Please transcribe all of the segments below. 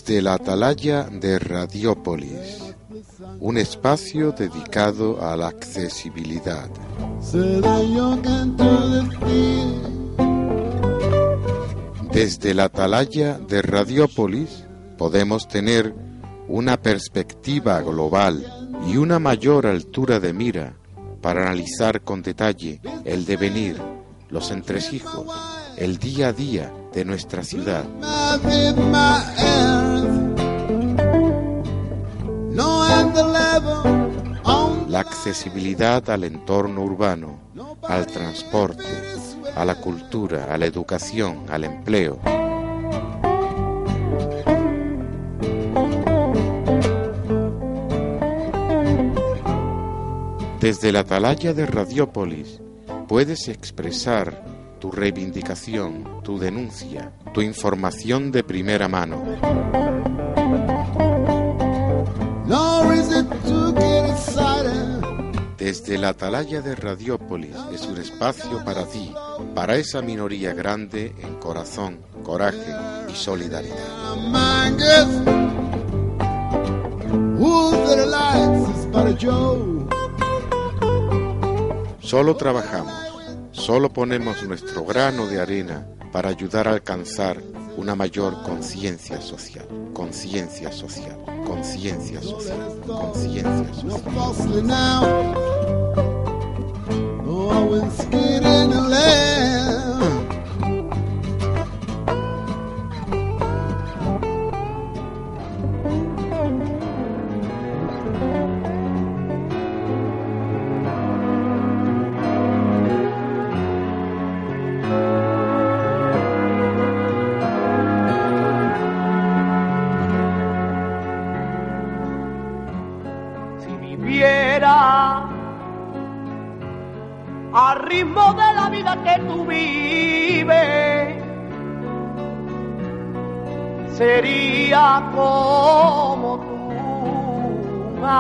Desde la atalaya de Radiópolis, un espacio dedicado a la accesibilidad. Desde la atalaya de Radiópolis podemos tener una perspectiva global y una mayor altura de mira para analizar con detalle el devenir, los entresijos, el día a día de nuestra ciudad. La accesibilidad al entorno urbano, al transporte, a la cultura, a la educación, al empleo. Desde la atalaya de Radiópolis puedes expresar tu reivindicación, tu denuncia, tu información de primera mano. Desde la atalaya de Radiópolis es un espacio para ti, para esa minoría grande en corazón, coraje y solidaridad. Solo trabajamos, solo ponemos nuestro grano de arena para ayudar a alcanzar una mayor conciencia social, conciencia social, conciencia social, conciencia social. Al ritmo de la vida que tú vives, sería como tú, un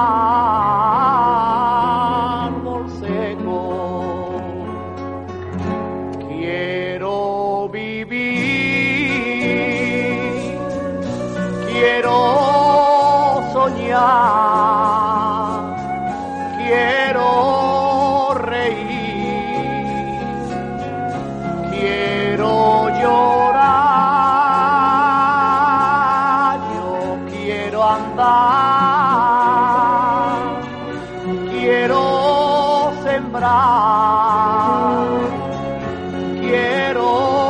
árbol seco. Quiero vivir, quiero soñar, quiero llorar, yo quiero andar, quiero sembrar, quiero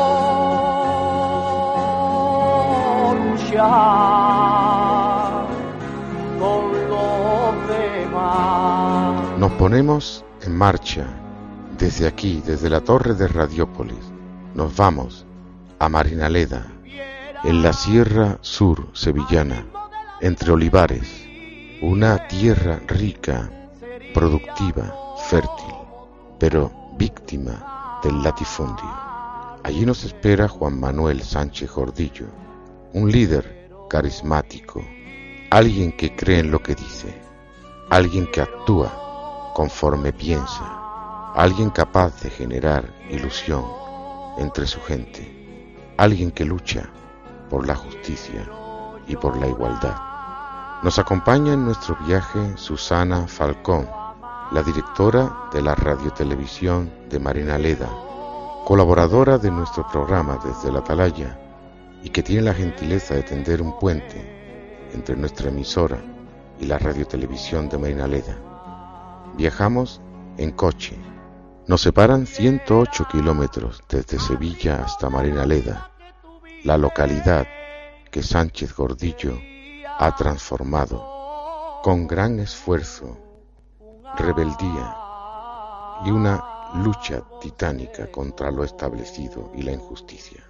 luchar con los demás. Nos ponemos en marcha desde aquí, desde la torre de Radiópolis. Nos vamos a Marinaleda, en la Sierra Sur sevillana, entre olivares, una tierra rica, productiva, fértil, pero víctima del latifundio. Allí nos espera Juan Manuel Sánchez Gordillo, un líder carismático, alguien que cree en lo que dice, alguien que actúa conforme piensa, alguien capaz de generar ilusión entre su gente, alguien que lucha por la justicia y por la igualdad. Nos acompaña en nuestro viaje Susana Falcón, la directora de la radiotelevisión de Marinaleda, colaboradora de nuestro programa Desde la Atalaya, y que tiene la gentileza de tender un puente entre nuestra emisora y la radiotelevisión de Marinaleda. Viajamos en coche. Nos separan 108 kilómetros desde Sevilla hasta Marinaleda, la localidad que Sánchez Gordillo ha transformado con gran esfuerzo, rebeldía y una lucha titánica contra lo establecido y la injusticia.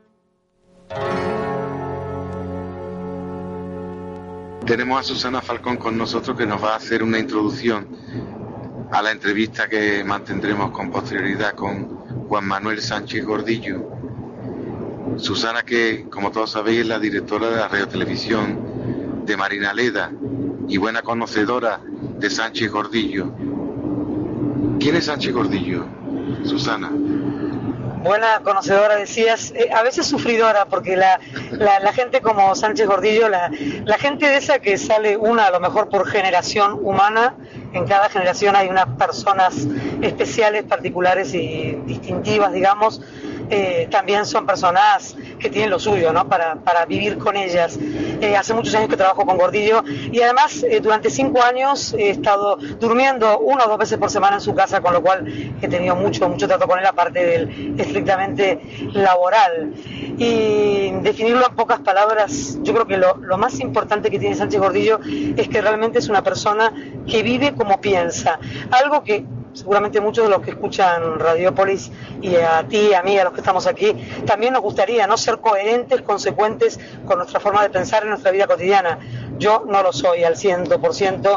Tenemos a Susana Falcón con nosotros, que nos va a hacer una introducción a la entrevista que mantendremos con posterioridad con Juan Manuel Sánchez Gordillo. Susana, que como todos sabéis es la directora de la radiotelevisión de Marinaleda y buena conocedora de Sánchez Gordillo. ¿Quién es Sánchez Gordillo, Susana? buena conocedora, decías, a veces sufridora, porque la gente como Sánchez Gordillo, la gente de esa que sale una a lo mejor por generación humana, en cada generación hay unas personas especiales, particulares y distintivas, digamos, también son personas que tienen lo suyo, ¿no? Para vivir con ellas. Hace muchos años que trabajo con Gordillo y además durante 5 años he estado durmiendo 1 o 2 veces por semana en su casa, con lo cual he tenido mucho trato con él, aparte del estrictamente laboral. Y definirlo en pocas palabras, yo creo que lo más importante que tiene Sánchez Gordillo es que realmente es una persona que vive como piensa, algo que seguramente muchos de los que escuchan Radiópolis y a ti, a mí, a los que estamos aquí, también nos gustaría, ¿no? Ser coherentes, consecuentes con nuestra forma de pensar en nuestra vida cotidiana. Yo no lo soy al 100%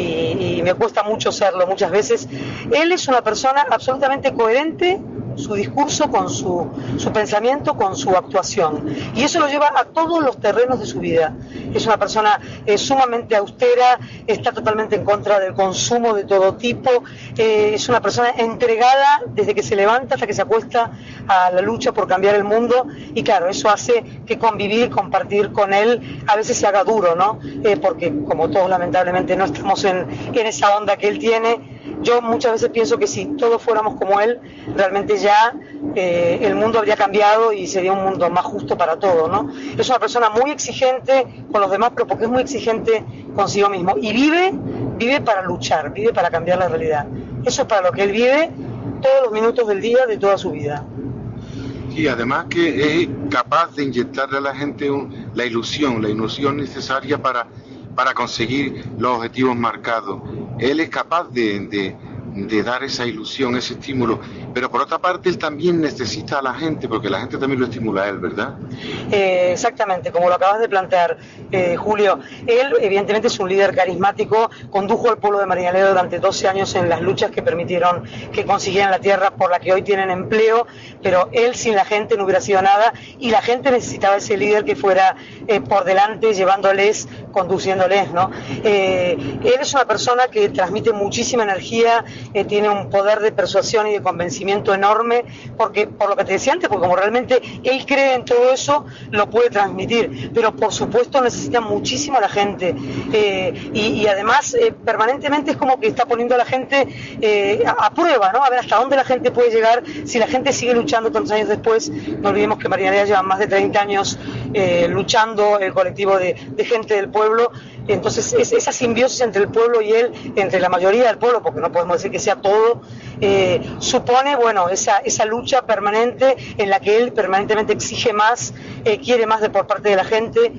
y me cuesta mucho serlo muchas veces. Él es una persona absolutamente coherente, su discurso con su pensamiento, con su actuación, y eso lo lleva a todos los terrenos de su vida. Es una persona sumamente austera, está totalmente en contra del consumo de todo tipo, es una persona entregada desde que se levanta hasta que se acuesta a la lucha por cambiar el mundo, y claro, eso hace que convivir, compartir con él a veces se haga duro, ¿no? Porque como todos lamentablemente no estamos en esa onda que él tiene. Yo muchas veces pienso que si todos fuéramos como él, realmente ya el mundo habría cambiado y sería un mundo más justo para todos, ¿no? Es una persona muy exigente con los demás, pero porque es muy exigente consigo mismo. Y vive para luchar, vive para cambiar la realidad. Eso es para lo que él vive todos los minutos del día de toda su vida. Y además que es capaz de inyectarle a la gente la ilusión necesaria para conseguir los objetivos marcados. Él es capaz de dar esa ilusión, ese estímulo, pero por otra parte él también necesita a la gente, porque la gente también lo estimula a él, ¿verdad? Exactamente, como lo acabas de plantear, Julio. Él evidentemente es un líder carismático, condujo al pueblo de Marinaleda durante 12 años en las luchas que permitieron que consiguieran la tierra por la que hoy tienen empleo, pero él sin la gente no hubiera sido nada, y la gente necesitaba ese líder que fuera por delante, llevándoles, conduciéndoles, ¿no? Él es una persona que transmite muchísima energía, tiene un poder de persuasión y de convencimiento enorme, porque por lo que te decía antes, porque como realmente él cree en todo eso, lo puede transmitir, pero por supuesto necesita muchísimo a la gente, y además permanentemente es como que está poniendo a la gente a prueba, ¿no? A ver hasta dónde la gente puede llegar, si la gente sigue luchando tantos años después. No olvidemos que Marinaleda lleva más de 30 años luchando, el colectivo de gente del pueblo. Entonces esa simbiosis entre el pueblo y él, entre la mayoría del pueblo, porque no podemos decir que sea todo, supone, bueno, esa lucha permanente en la que él permanentemente exige más, quiere más por parte de la gente.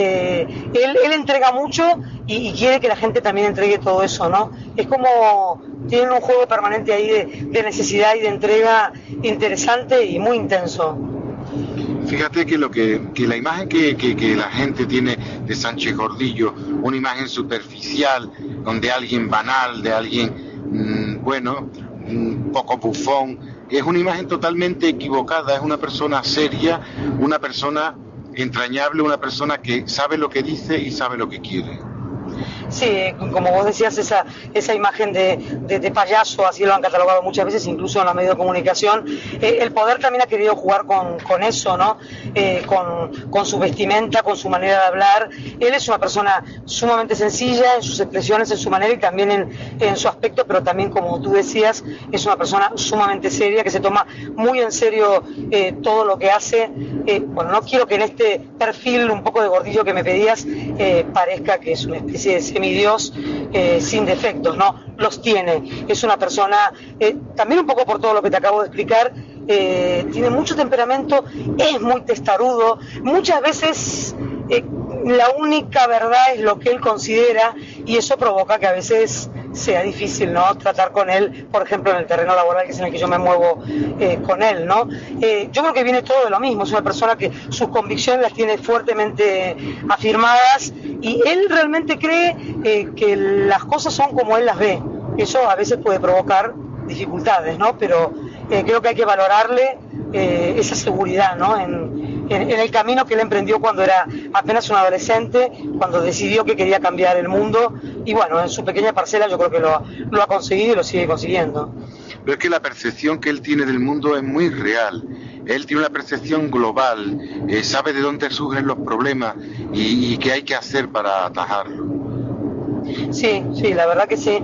Él entrega mucho y quiere que la gente también entregue todo eso, ¿no? Es como tienen un juego permanente ahí de necesidad y de entrega interesante y muy intenso. Fíjate que la imagen que la gente tiene de Sánchez Gordillo, una imagen superficial, de alguien banal, de alguien, poco bufón, es una imagen totalmente equivocada. Es una persona seria, una persona entrañable, una persona que sabe lo que dice y sabe lo que quiere. Sí, como vos decías, esa imagen de payaso, así lo han catalogado muchas veces, incluso en los medios de comunicación. El poder también ha querido jugar con eso, ¿no? Con su vestimenta, con su manera de hablar. Él es una persona sumamente sencilla en sus expresiones, en su manera y también en su aspecto, pero también, como tú decías, es una persona sumamente seria, que se toma muy en serio todo lo que hace. No quiero que en este perfil un poco de Gordillo que me pedías parezca que es una especie de semidios sin defectos, ¿no? Los tiene. Es una persona, también un poco por todo lo que te acabo de explicar, tiene mucho temperamento, es muy testarudo, muchas veces la única verdad es lo que él considera, y eso provoca que a veces sea difícil, ¿no? Tratar con él, por ejemplo, en el terreno laboral, que es en el que yo me muevo con él, ¿no? Yo creo que viene todo de lo mismo. Es una persona que sus convicciones las tiene fuertemente afirmadas, y él realmente cree que las cosas son como él las ve. Eso a veces puede provocar dificultades, ¿no? Pero creo que hay que valorarle esa seguridad, ¿no? En en el camino que él emprendió cuando era apenas un adolescente, cuando decidió que quería cambiar el mundo, y bueno, en su pequeña parcela yo creo que lo ha conseguido y lo sigue consiguiendo. Pero es que la percepción que él tiene del mundo es muy real. Él tiene una percepción global, sabe de dónde surgen los problemas y qué hay que hacer para atajarlos. Sí, la verdad que sí.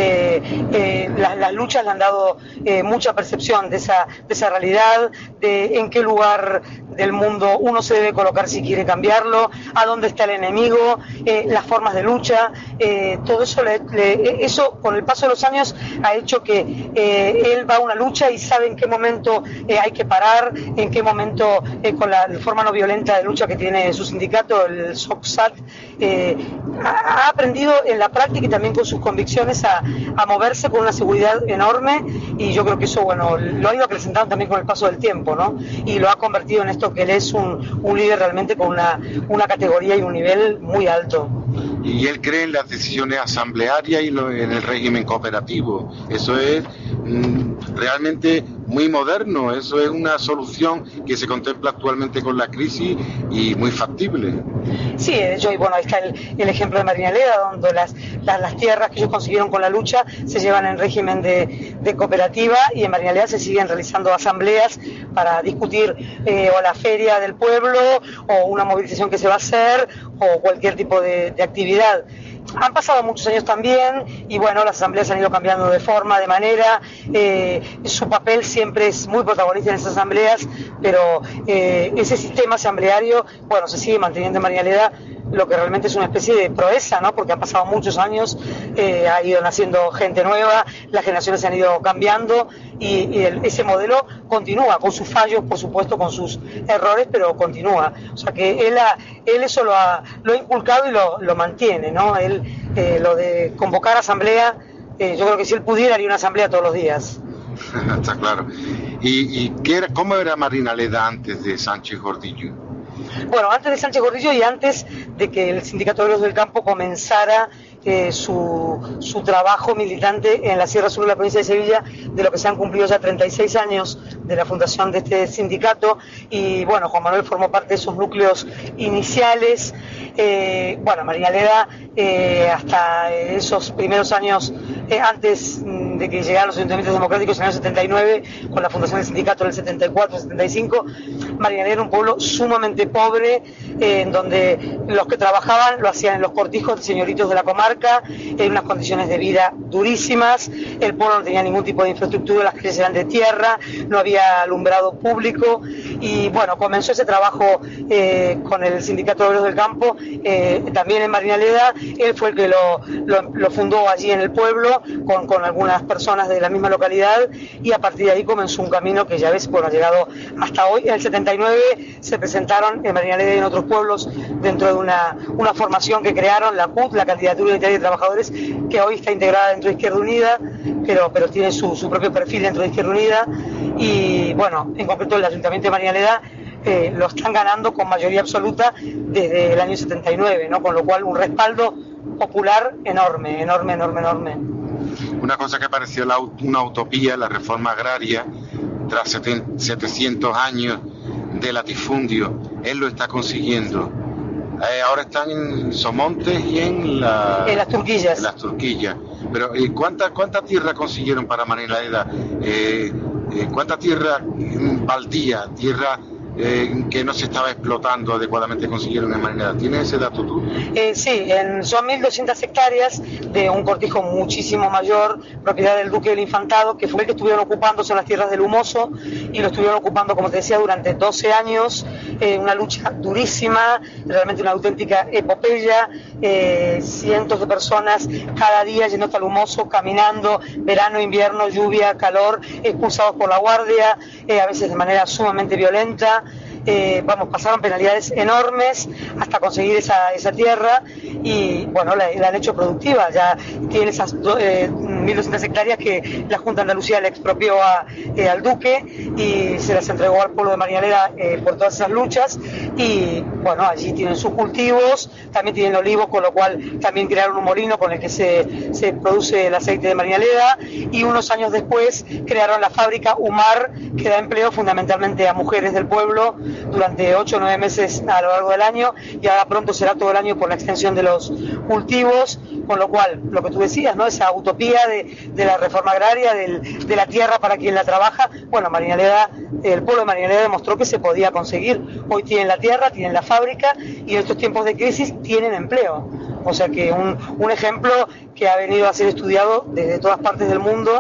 Las luchas le han dado mucha percepción de esa realidad, de en qué lugar del mundo uno se debe colocar si quiere cambiarlo, a dónde está el enemigo, las formas de lucha, todo eso, eso con el paso de los años ha hecho que él va a una lucha y sabe en qué momento hay que parar, en qué momento con la forma no violenta de lucha que tiene su sindicato, el SOCSAT, ha aprendido en la práctica y también con sus convicciones a moverse con una seguridad enorme, y yo creo que eso, bueno, lo ha ido acrecentando también con el paso del tiempo, ¿no? Y lo ha convertido en esto que él es un líder realmente con una categoría y un nivel muy alto. Y él cree en las decisiones asamblearias y en el régimen cooperativo. Eso es realmente muy moderno, eso es una solución que se contempla actualmente con la crisis y muy factible. Sí, de hecho, y bueno, ahí está el ejemplo de Marinaleda, donde las tierras que ellos consiguieron con la lucha se llevan en régimen de cooperativa, y en Marinaleda se siguen realizando asambleas para discutir o la feria del pueblo o una movilización que se va a hacer o cualquier tipo de actividad. Han pasado muchos años también y bueno, las asambleas han ido cambiando de forma, de manera, su papel siempre es muy protagonista en esas asambleas, pero ese sistema asambleario, bueno, se sigue manteniendo en Marinaleda, lo que realmente es una especie de proeza, ¿no? Porque han pasado muchos años, ha ido naciendo gente nueva, las generaciones se han ido cambiando y ese modelo continúa, con sus fallos, por supuesto, con sus errores, pero continúa. O sea que él eso lo ha inculcado y lo mantiene, ¿no? Él lo de convocar asamblea, yo creo que si él pudiera haría una asamblea todos los días. Está claro. ¿Y cómo era Marinaleda antes de Sánchez Gordillo? Bueno, antes de Sánchez Gordillo y antes de que el Sindicato de Obreros del Campo comenzara su trabajo militante en la Sierra Sur de la provincia de Sevilla, de lo que se han cumplido ya 36 años de la fundación de este sindicato, y bueno, Juan Manuel formó parte de esos núcleos iniciales. Bueno, Marinaleda, hasta esos primeros años, antes de que llegaran los ayuntamientos democráticos en el año 79, con la fundación del sindicato en el 74, 75, Marinaleda era un pueblo sumamente pobre, en donde los que trabajaban lo hacían en los cortijos de señoritos de la comarca, en unas condiciones de vida durísimas. El pueblo no tenía ningún tipo de infraestructura, las calles eran de tierra, no había alumbrado público, y bueno, comenzó ese trabajo con el Sindicato de Obreros del Campo, también en Marinaleda. Él fue el que lo fundó allí en el pueblo con algunas personas de la misma localidad, y a partir de ahí comenzó un camino que ya ves, bueno, ha llegado hasta hoy. En el 79 se presentaron en Marinaleda y en otros pueblos dentro de una formación que crearon, la CUT, la Candidatura Unitaria de Trabajadores, que hoy está integrada dentro de Izquierda Unida, pero tiene su propio perfil dentro de Izquierda Unida, y bueno, en concreto el Ayuntamiento de Marinaleda lo están ganando con mayoría absoluta desde el año 79, ¿no? Con lo cual un respaldo popular enorme. Una cosa que pareció una utopía, la reforma agraria, tras 700 años de latifundio, él lo está consiguiendo. Ahora están en Somontes y en las Turquillas. Pero ¿cuánta tierra consiguieron para Marinaleda? ¿Cuánta tierra baldía, tierra que no se estaba explotando adecuadamente consiguieron en Marinaleda? ¿Tienes ese dato tú? Sí, son 1.200 hectáreas de un cortijo muchísimo mayor, propiedad del Duque del Infantado, que fue el que estuvieron ocupándose en las tierras del Humoso, y lo estuvieron ocupando, como te decía, durante 12 años, una lucha durísima, realmente una auténtica epopeya, cientos de personas cada día yendo hasta el Humoso, caminando, verano, invierno, lluvia, calor, expulsados por la guardia, a veces de manera sumamente violenta. Pasaron penalidades enormes hasta conseguir esa tierra, y bueno, la han hecho productiva. Ya tiene esas 1.200 hectáreas que la Junta de Andalucía le expropió al duque y se las entregó al pueblo de Marinaleda por todas esas luchas. Y bueno, allí tienen sus cultivos, también tienen olivos, con lo cual también crearon un molino con el que se produce el aceite de Marinaleda, y unos años después crearon la fábrica Humar, que da empleo fundamentalmente a mujeres del pueblo durante 8 o 9 meses a lo largo del año, y ahora pronto será todo el año por la extensión de los cultivos, con lo cual, lo que tú decías, ¿no? Esa utopía de la reforma agraria, de la tierra para quien la trabaja. Bueno, Marinaleda, el pueblo de Marinaleda demostró que se podía conseguir. Hoy tienen la tierra, tienen la fábrica, y en estos tiempos de crisis tienen empleo. O sea que un ejemplo que ha venido a ser estudiado desde todas partes del mundo.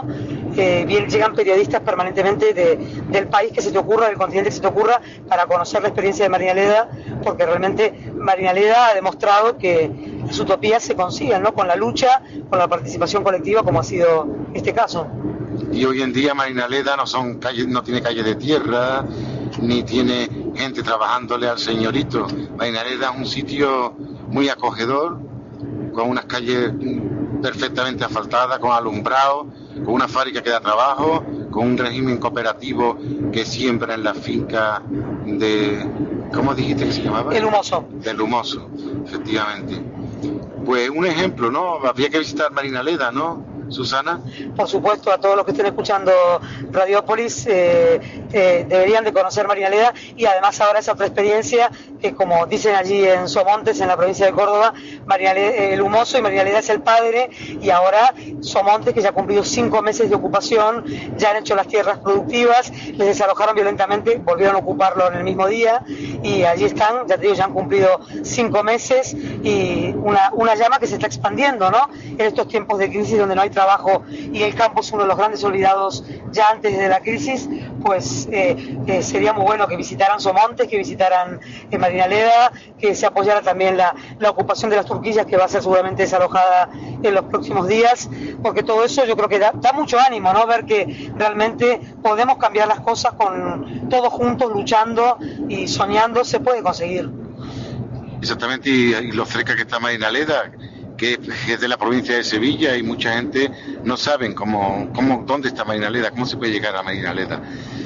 Llegan periodistas permanentemente del país que se te ocurra, del continente que se te ocurra, para conocer la experiencia de Marinaleda, porque realmente Marinaleda ha demostrado que las utopías se consiguen, ¿no? Con la lucha, con la participación colectiva, como ha sido este caso. Y hoy en día Marinaleda no tiene calle de tierra, ni tiene gente trabajándole al señorito. Marinaleda es un sitio muy acogedor, con unas calles perfectamente asfaltadas, con alumbrado, con una fábrica que da trabajo, con un régimen cooperativo que siembra en la finca de... ¿Cómo dijiste que se llamaba? El Humoso. Del Humoso, efectivamente. Pues un ejemplo, ¿no? Habría que visitar Marinaleda, ¿no, Susana? Por supuesto, a todos los que estén escuchando Radiopolis deberían de conocer Marinaleda, y además ahora esa otra experiencia que, como dicen allí en Somontes, en la provincia de Córdoba, el Humoso y Marinaleda es el padre, y ahora Somontes, que ya ha cumplido 5 meses de ocupación, ya han hecho las tierras productivas, les desalojaron violentamente, volvieron a ocuparlo en el mismo día, y allí están, ya te digo, ya han cumplido 5 meses, y una llama que se está expandiendo, ¿no? En estos tiempos de crisis donde no hay trabajo y el campo es uno de los grandes olvidados ya antes de la crisis, pues sería muy bueno que visitaran Somontes, que visitaran Marinaleda, que se apoyara también la ocupación de las Turquillas, que va a ser seguramente desalojada en los próximos días, porque todo eso yo creo que da mucho ánimo, ¿no? Ver que realmente podemos cambiar las cosas con todos juntos, luchando y soñando, se puede conseguir. Exactamente, y lo cerca que está Marinaleda, que es de la provincia de Sevilla, y mucha gente no saben dónde está Marinaleda, cómo se puede llegar a Marinaleda.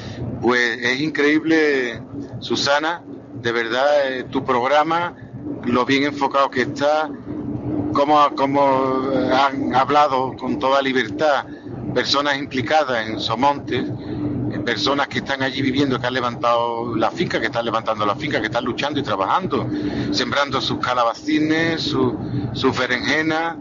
Pues es increíble, Susana, de verdad, tu programa, lo bien enfocado que está, cómo han hablado con toda libertad personas implicadas en Somontes, personas que están allí viviendo, que han levantado la finca, que están levantando la finca, que están luchando y trabajando, sembrando sus calabacines, sus berenjenas,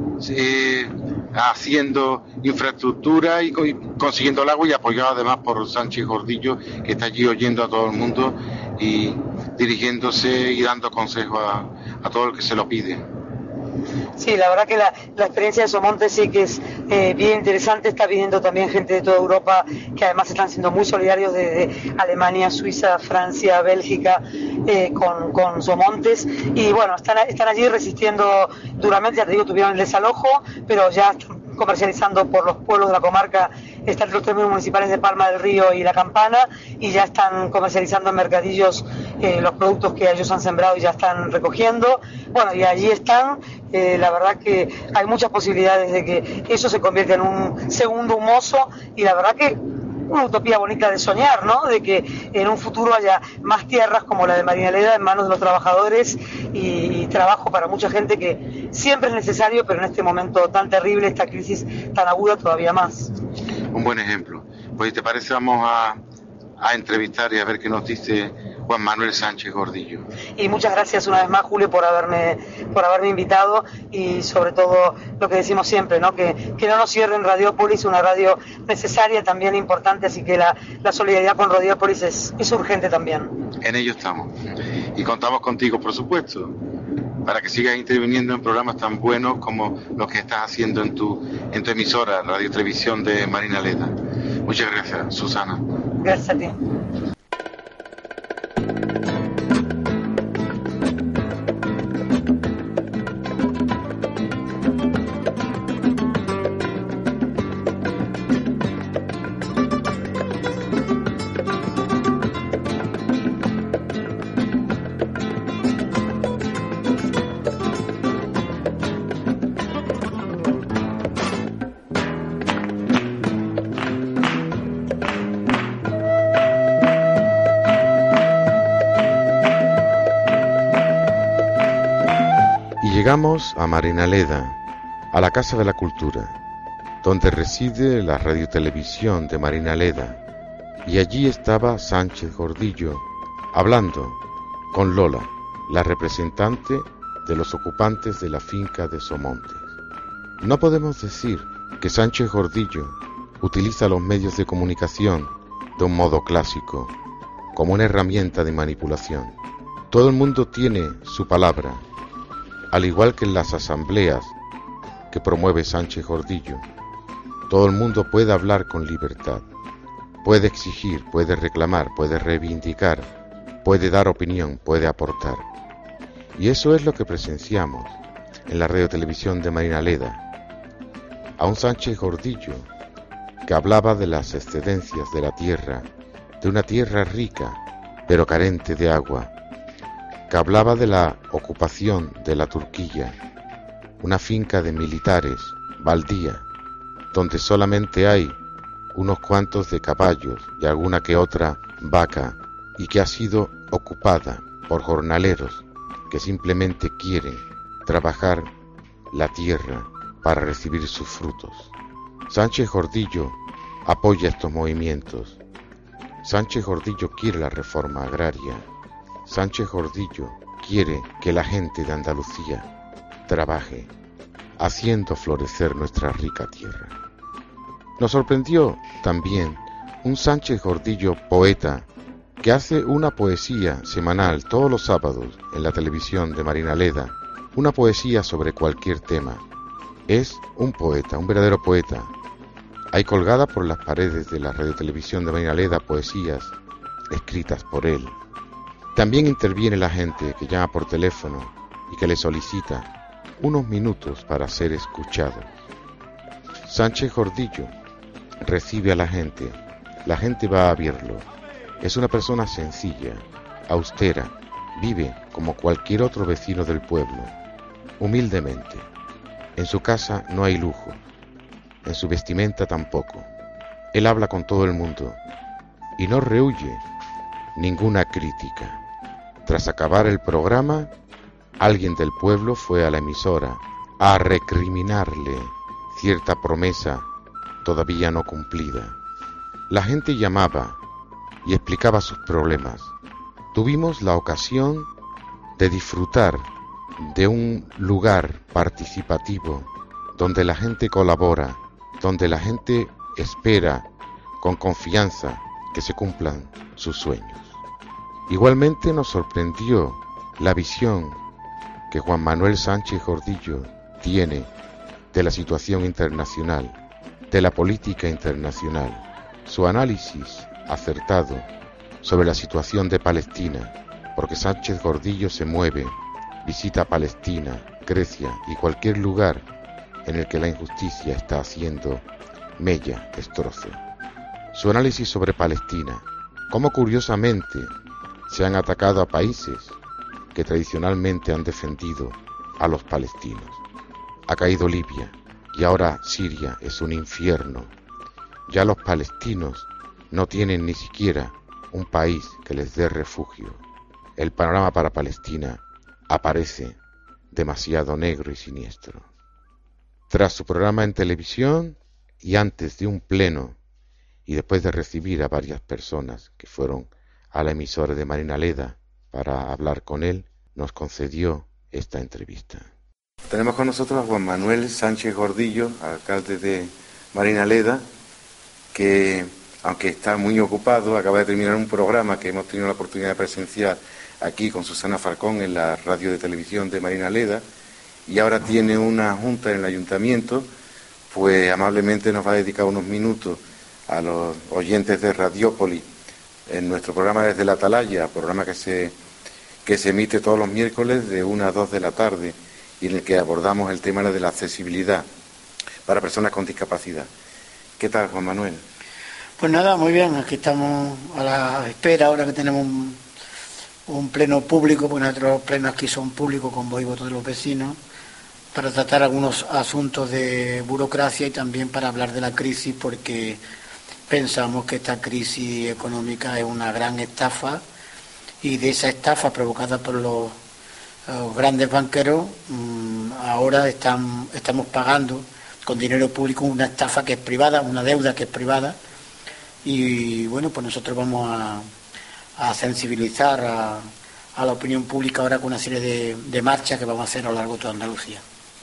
haciendo infraestructura y consiguiendo el agua, y apoyado además por Sánchez Gordillo, que está allí oyendo a todo el mundo y dirigiéndose y dando consejos a todo el que se lo pide. Sí, la verdad que la experiencia de Somontes sí que es bien interesante. Está viniendo también gente de toda Europa, que además están siendo muy solidarios, desde Alemania, Suiza, Francia, Bélgica, con Somontes, y bueno, están allí resistiendo duramente. Ya te digo, tuvieron el desalojo, pero ya están comercializando por los pueblos de la comarca. Están los términos municipales de Palma del Río y La Campana, y ya están comercializando en mercadillos los productos que ellos han sembrado y ya están recogiendo. Bueno, y allí están. La verdad que hay muchas posibilidades de que eso se convierta en un segundo Humoso, y la verdad que una utopía bonita de soñar, ¿no? De que en un futuro haya más tierras como la de Marinaleda en manos de los trabajadores, y trabajo para mucha gente, que siempre es necesario, pero en este momento tan terrible, esta crisis tan aguda, todavía más. Un buen ejemplo. Pues, ¿te parece? Vamos a entrevistar y a ver qué nos dice Juan Manuel Sánchez Gordillo. Y muchas gracias una vez más, Julio, por haberme invitado, y sobre todo lo que decimos siempre, ¿no? Que no nos cierren Radiopolis, una radio necesaria, también importante, así que la solidaridad con Radiopolis es urgente también. En ello estamos, y contamos contigo, por supuesto, para que sigas interviniendo en programas tan buenos como los que estás haciendo en tu emisora, Radio Televisión de Marinaleda. Muchas gracias, Susana. Gracias a ti. Llegamos a Marinaleda, a la Casa de la Cultura, donde reside la radiotelevisión de Marinaleda, y allí estaba Sánchez Gordillo hablando con Lola, la representante de los ocupantes de la finca de Somontes. No podemos decir que Sánchez Gordillo utiliza los medios de comunicación de un modo clásico, como una herramienta de manipulación. Todo el mundo tiene su palabra, al igual que en las asambleas que promueve Sánchez Gordillo. Todo el mundo puede hablar con libertad, puede exigir, puede reclamar, puede reivindicar, puede dar opinión, puede aportar. Y eso es lo que presenciamos en la radiotelevisión de Marinaleda. A un Sánchez Gordillo que hablaba de las excedencias de la tierra, de una tierra rica, pero carente de agua, que hablaba de la ocupación de la Turquía, una finca de militares, baldía, donde solamente hay unos cuantos de caballos y alguna que otra vaca, y que ha sido ocupada por jornaleros que simplemente quieren trabajar la tierra para recibir sus frutos. Sánchez Gordillo apoya estos movimientos. Sánchez Gordillo quiere la reforma agraria. Sánchez Gordillo quiere que la gente de Andalucía trabaje, haciendo florecer nuestra rica tierra. Nos sorprendió también un Sánchez Gordillo poeta que hace una poesía semanal todos los sábados en la televisión de Marinaleda, una poesía sobre cualquier tema. Es un poeta, un verdadero poeta. Hay colgadas por las paredes de la radiotelevisión de Marinaleda poesías escritas por él. También interviene la gente que llama por teléfono y que le solicita unos minutos para ser escuchado. Sánchez Gordillo recibe a la gente va a verlo. Es una persona sencilla, austera, vive como cualquier otro vecino del pueblo, humildemente. En su casa no hay lujo, en su vestimenta tampoco. Él habla con todo el mundo y no rehúye ninguna crítica. Tras acabar el programa, alguien del pueblo fue a la emisora a recriminarle cierta promesa todavía no cumplida. La gente llamaba y explicaba sus problemas. Tuvimos la ocasión de disfrutar de un lugar participativo donde la gente colabora, donde la gente espera con confianza que se cumplan sus sueños. Igualmente nos sorprendió la visión que Juan Manuel Sánchez Gordillo tiene de la situación internacional, de la política internacional, su análisis acertado sobre la situación de Palestina, porque Sánchez Gordillo se mueve, visita Palestina, Grecia y cualquier lugar en el que la injusticia está haciendo mella, destrozo. Su análisis sobre Palestina, cómo curiosamente se han atacado a países que tradicionalmente han defendido a los palestinos. Ha caído Libia y ahora Siria es un infierno. Ya los palestinos no tienen ni siquiera un país que les dé refugio. El panorama para Palestina aparece demasiado negro y siniestro. Tras su programa en televisión y antes de un pleno y después de recibir a varias personas que fueron a la emisora de Marinaleda para hablar con él, nos concedió esta entrevista. Tenemos con nosotros a Juan Manuel Sánchez Gordillo, alcalde de Marinaleda, que aunque está muy ocupado, acaba de terminar un programa que hemos tenido la oportunidad de presenciar aquí con Susana Falcón en la radio de televisión de Marinaleda, y ahora tiene una junta en el ayuntamiento, pues amablemente nos va a dedicar unos minutos a los oyentes de Radiópolis en nuestro programa Desde la Atalaya, programa que se emite todos los miércoles de 1 a 2 de la tarde y en el que abordamos el tema de la accesibilidad para personas con discapacidad. ¿Qué tal, Juan Manuel? Pues nada, muy bien, aquí estamos a la espera, ahora que tenemos un pleno público, porque nuestros plenos aquí son públicos con voz y voto de los vecinos, para tratar algunos asuntos de burocracia y también para hablar de la crisis, porque pensamos que esta crisis económica es una gran estafa, y de esa estafa provocada por los los grandes banqueros ahora estamos pagando con dinero público una estafa que es privada, una deuda que es privada, y bueno, pues nosotros vamos a sensibilizar a la opinión pública ahora con una serie de marchas que vamos a hacer a lo largo de toda Andalucía.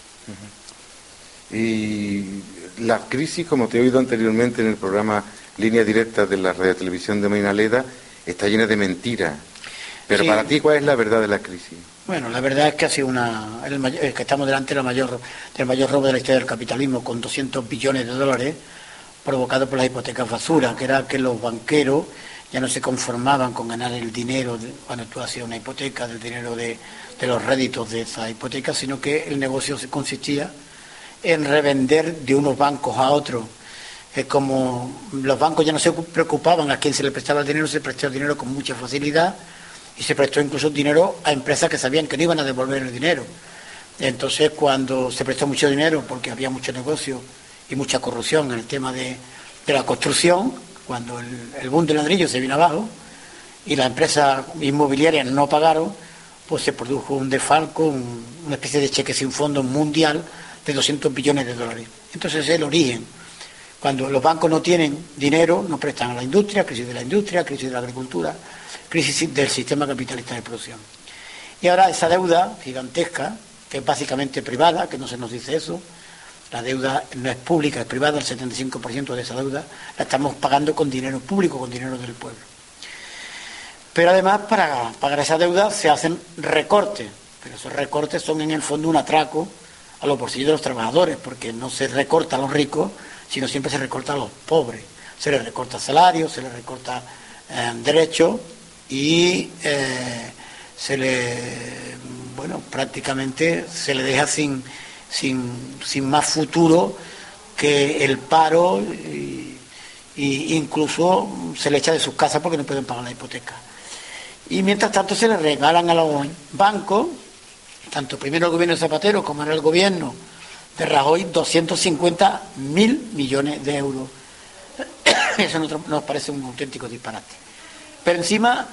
Y la crisis, como te he oído anteriormente en el programa Línea Directa de la Radio Televisión de Marinaleda, está llena de mentiras. Pero sí. Para ti, ¿cuál es la verdad de la crisis? Bueno, la verdad es que ha sido que estamos delante del mayor robo de la historia del capitalismo, con 200 billones de dólares provocado por las hipotecas basura, que era que los banqueros ya no se conformaban con ganar el dinero cuando tú hacías una hipoteca, del dinero de los réditos de esa hipoteca, sino que el negocio consistía en revender de unos bancos a otros. Es como los bancos ya no se preocupaban a quién se le prestaba el dinero, se prestó el dinero con mucha facilidad, y se prestó incluso dinero a empresas que sabían que no iban a devolver el dinero. Entonces, cuando se prestó mucho dinero, porque había mucho negocio y mucha corrupción en el tema de la construcción, cuando el boom del ladrillo se vino abajo y las empresas inmobiliarias no pagaron, pues se produjo un desfalco, una especie de cheque sin fondo mundial de 200 billones de dólares. Entonces es el origen. Cuando los bancos no tienen dinero, no prestan a la industria, crisis de la industria, crisis de la agricultura, crisis del sistema capitalista de producción. Y ahora esa deuda gigantesca, que es básicamente privada, que no se nos dice eso, la deuda no es pública, es privada, el 75% de esa deuda la estamos pagando con dinero público, con dinero del pueblo. Pero además, para pagar esa deuda se hacen recortes, pero esos recortes son en el fondo un atraco a los bolsillos de los trabajadores, porque no se recorta a los ricos, sino siempre se recorta a los pobres. Se les recorta salarios, se les recorta derechos y prácticamente se le deja sin más futuro que el paro, y incluso se le echa de sus casas porque no pueden pagar la hipoteca. Y mientras tanto se le regalan a los bancos, tanto primero el gobierno de Zapatero como ahora el gobierno de Rajoy, 250.000 millones de euros. Eso nos parece un auténtico disparate. Pero encima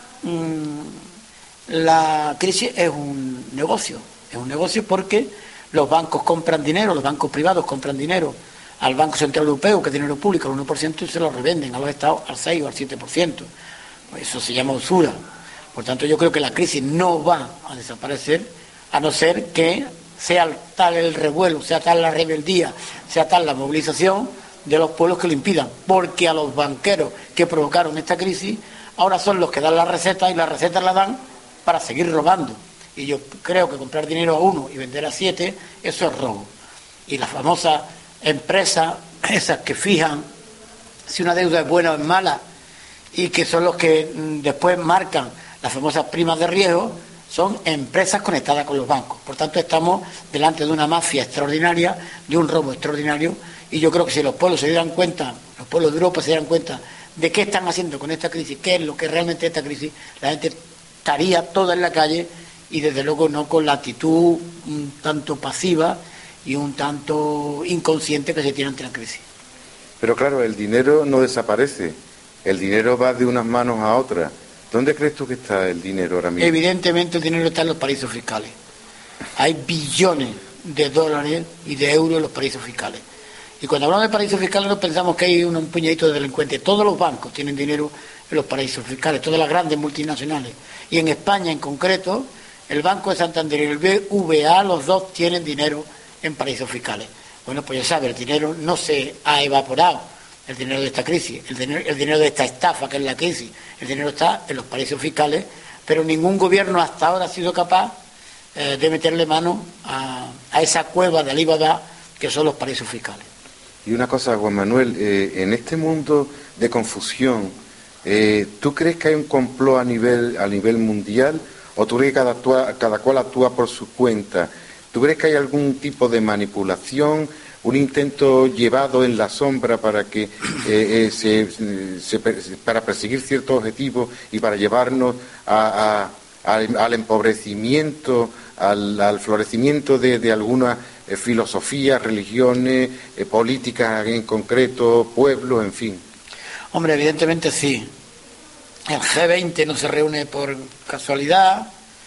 la crisis es un negocio porque los bancos compran dinero, los bancos privados compran dinero al Banco Central Europeo, que es dinero público, al 1%, y se lo revenden a los estados al 6 o al 7%. Eso se llama usura. Por tanto, yo creo que la crisis no va a desaparecer, a no ser que sea tal el revuelo, sea tal la rebeldía, sea tal la movilización de los pueblos que lo impidan, porque a los banqueros que provocaron esta crisis ahora son los que dan las recetas, y las recetas las dan para seguir robando. Y yo creo que comprar dinero a 1 y vender a 7, eso es robo. Y las famosas empresas, esas que fijan si una deuda es buena o es mala, y que son los que después marcan las famosas primas de riesgo, son empresas conectadas con los bancos. Por tanto, estamos delante de una mafia extraordinaria, de un robo extraordinario, y yo creo que si los pueblos se dieran cuenta, los pueblos de Europa se dieran cuenta de qué están haciendo con esta crisis, qué es lo que realmente es esta crisis, la gente estaría toda en la calle, y desde luego no con la actitud un tanto pasiva y un tanto inconsciente que se tiene ante la crisis. Pero claro, el dinero no desaparece, el dinero va de unas manos a otras. ¿Dónde crees tú que está el dinero ahora mismo? Evidentemente el dinero está en los paraísos fiscales. Hay billones de dólares y de euros en los paraísos fiscales. Y cuando hablamos de paraísos fiscales no pensamos que hay un puñadito de delincuentes. Todos los bancos tienen dinero en los paraísos fiscales, todas las grandes multinacionales. Y en España en concreto, el Banco de Santander y el BVA, los dos tienen dinero en paraísos fiscales. Bueno, pues ya sabe, el dinero no se ha evaporado, el dinero de esta crisis, el dinero de esta estafa que es la crisis, el dinero está en los paraísos fiscales, pero ningún gobierno hasta ahora ha sido capaz de meterle mano a esa cueva de Alibaba que son los paraísos fiscales. Y una cosa, Juan Manuel, en este mundo de confusión, ¿tú crees que hay un complot a nivel mundial, o tú crees que cada cual actúa por su cuenta? ¿Tú crees que hay algún tipo de manipulación, un intento llevado en la sombra para que para perseguir ciertos objetivos y para llevarnos al empobrecimiento, al florecimiento de algunas filosofías, religiones, políticas en concreto, pueblos, en fin? Hombre, evidentemente sí. El G20 no se reúne por casualidad,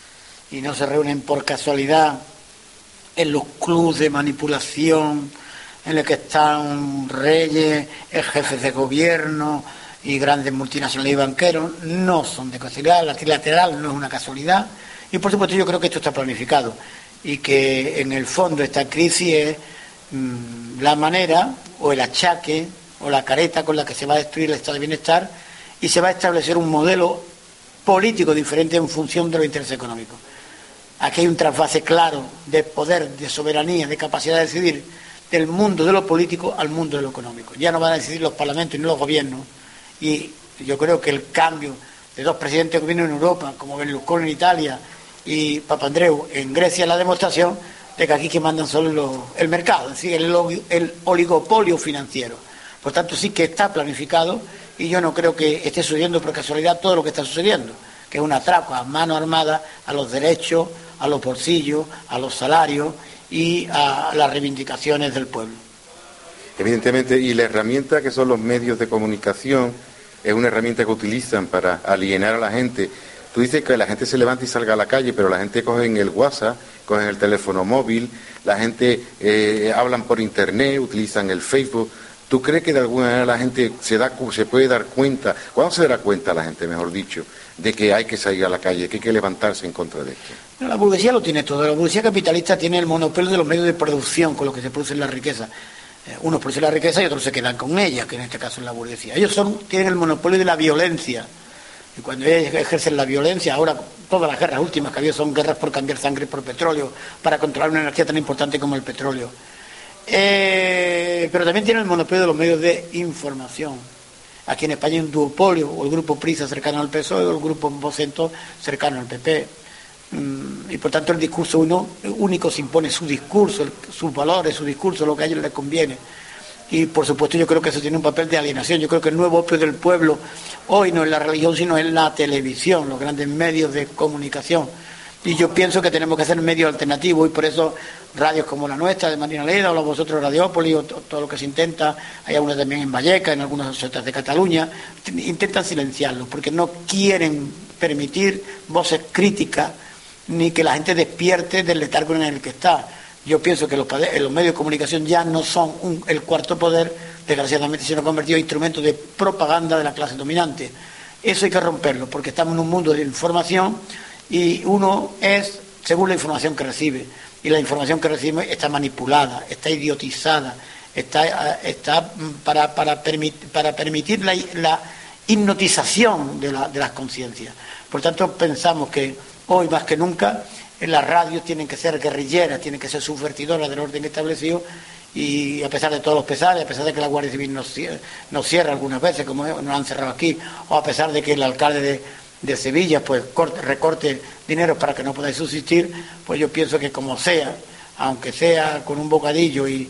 y no se reúnen por casualidad en los clubes de manipulación en los que están reyes, jefes de gobierno y grandes multinacionales y banqueros, no son de casualidad. La trilateral no es una casualidad, y por supuesto yo creo que esto está planificado y que en el fondo esta crisis es la manera o el achaque o la careta con la que se va a destruir el estado de bienestar y se va a establecer un modelo político diferente en función de los intereses económicos. Aquí hay un trasvase claro de poder, de soberanía, de capacidad de decidir del mundo de lo político al mundo de lo económico. Ya no van a decidir los parlamentos ni los gobiernos, y yo creo que el cambio de dos presidentes de gobierno en Europa, como Berlusconi en Italia y Papandreou en Grecia, es la demostración de que aquí que mandan solo el mercado, es decir, el oligopolio financiero. Por tanto, sí que está planificado, y yo no creo que esté sucediendo por casualidad todo lo que está sucediendo, que es un atraco a mano armada a los derechos, a los bolsillos, a los salarios y a las reivindicaciones del pueblo. Evidentemente, y la herramienta que son los medios de comunicación es una herramienta que utilizan para alienar a la gente. Tú dices que la gente se levanta y salga a la calle, pero la gente coge en el WhatsApp, cogen el teléfono móvil, la gente hablan por internet, utilizan el Facebook. ¿Tú crees que de alguna manera la gente se puede dar cuenta, cuándo se dará cuenta la gente, mejor dicho, de que hay que salir a la calle, que hay que levantarse en contra de esto? La burguesía lo tiene todo. La burguesía capitalista tiene el monopolio de los medios de producción con los que se produce la riqueza. Unos producen la riqueza y otros se quedan con ella, que en este caso es la burguesía. Ellos tienen el monopolio de la violencia. Y cuando ellos ejercen la violencia, ahora todas las guerras últimas que ha habido son guerras por cambiar sangre por petróleo, para controlar una energía tan importante como el petróleo. Pero también tienen el monopolio de los medios de información. Aquí en España hay un duopolio, o el grupo Prisa cercano al PSOE, o el grupo Vocento cercano al PP. Y por tanto el discurso único se impone su discurso, sus valores, su discurso, lo que a ellos les conviene. Y por supuesto yo creo que eso tiene un papel de alienación. Yo creo que el nuevo opio del pueblo hoy no es la religión, sino es la televisión, los grandes medios de comunicación. Y yo pienso que tenemos que hacer medios alternativos, y por eso radios como la nuestra de Marinaleda, o la vosotros Radiópolis, o todo lo que se intenta, hay algunas también en Vallecas, en algunas otras de Cataluña, intentan silenciarlos, porque no quieren permitir voces críticas, ni que la gente despierte del letargo en el que está. Yo pienso que los medios de comunicación ya no son el cuarto poder, desgraciadamente se han convertido en instrumentos de propaganda de la clase dominante. Eso hay que romperlo, porque estamos en un mundo de información, y uno es según la información que recibe, y la información que recibe está manipulada, está idiotizada, está para permitir la hipnotización de las conciencias. Por tanto, pensamos que hoy más que nunca las radios tienen que ser guerrilleras, tienen que ser subvertidoras del orden establecido, y a pesar de todos los pesares, a pesar de que la Guardia Civil nos cierra algunas veces, como nos han cerrado aquí, o a pesar de que el alcalde de Sevilla pues recorte dinero para que no podáis subsistir, pues yo pienso que como sea, aunque sea con un bocadillo y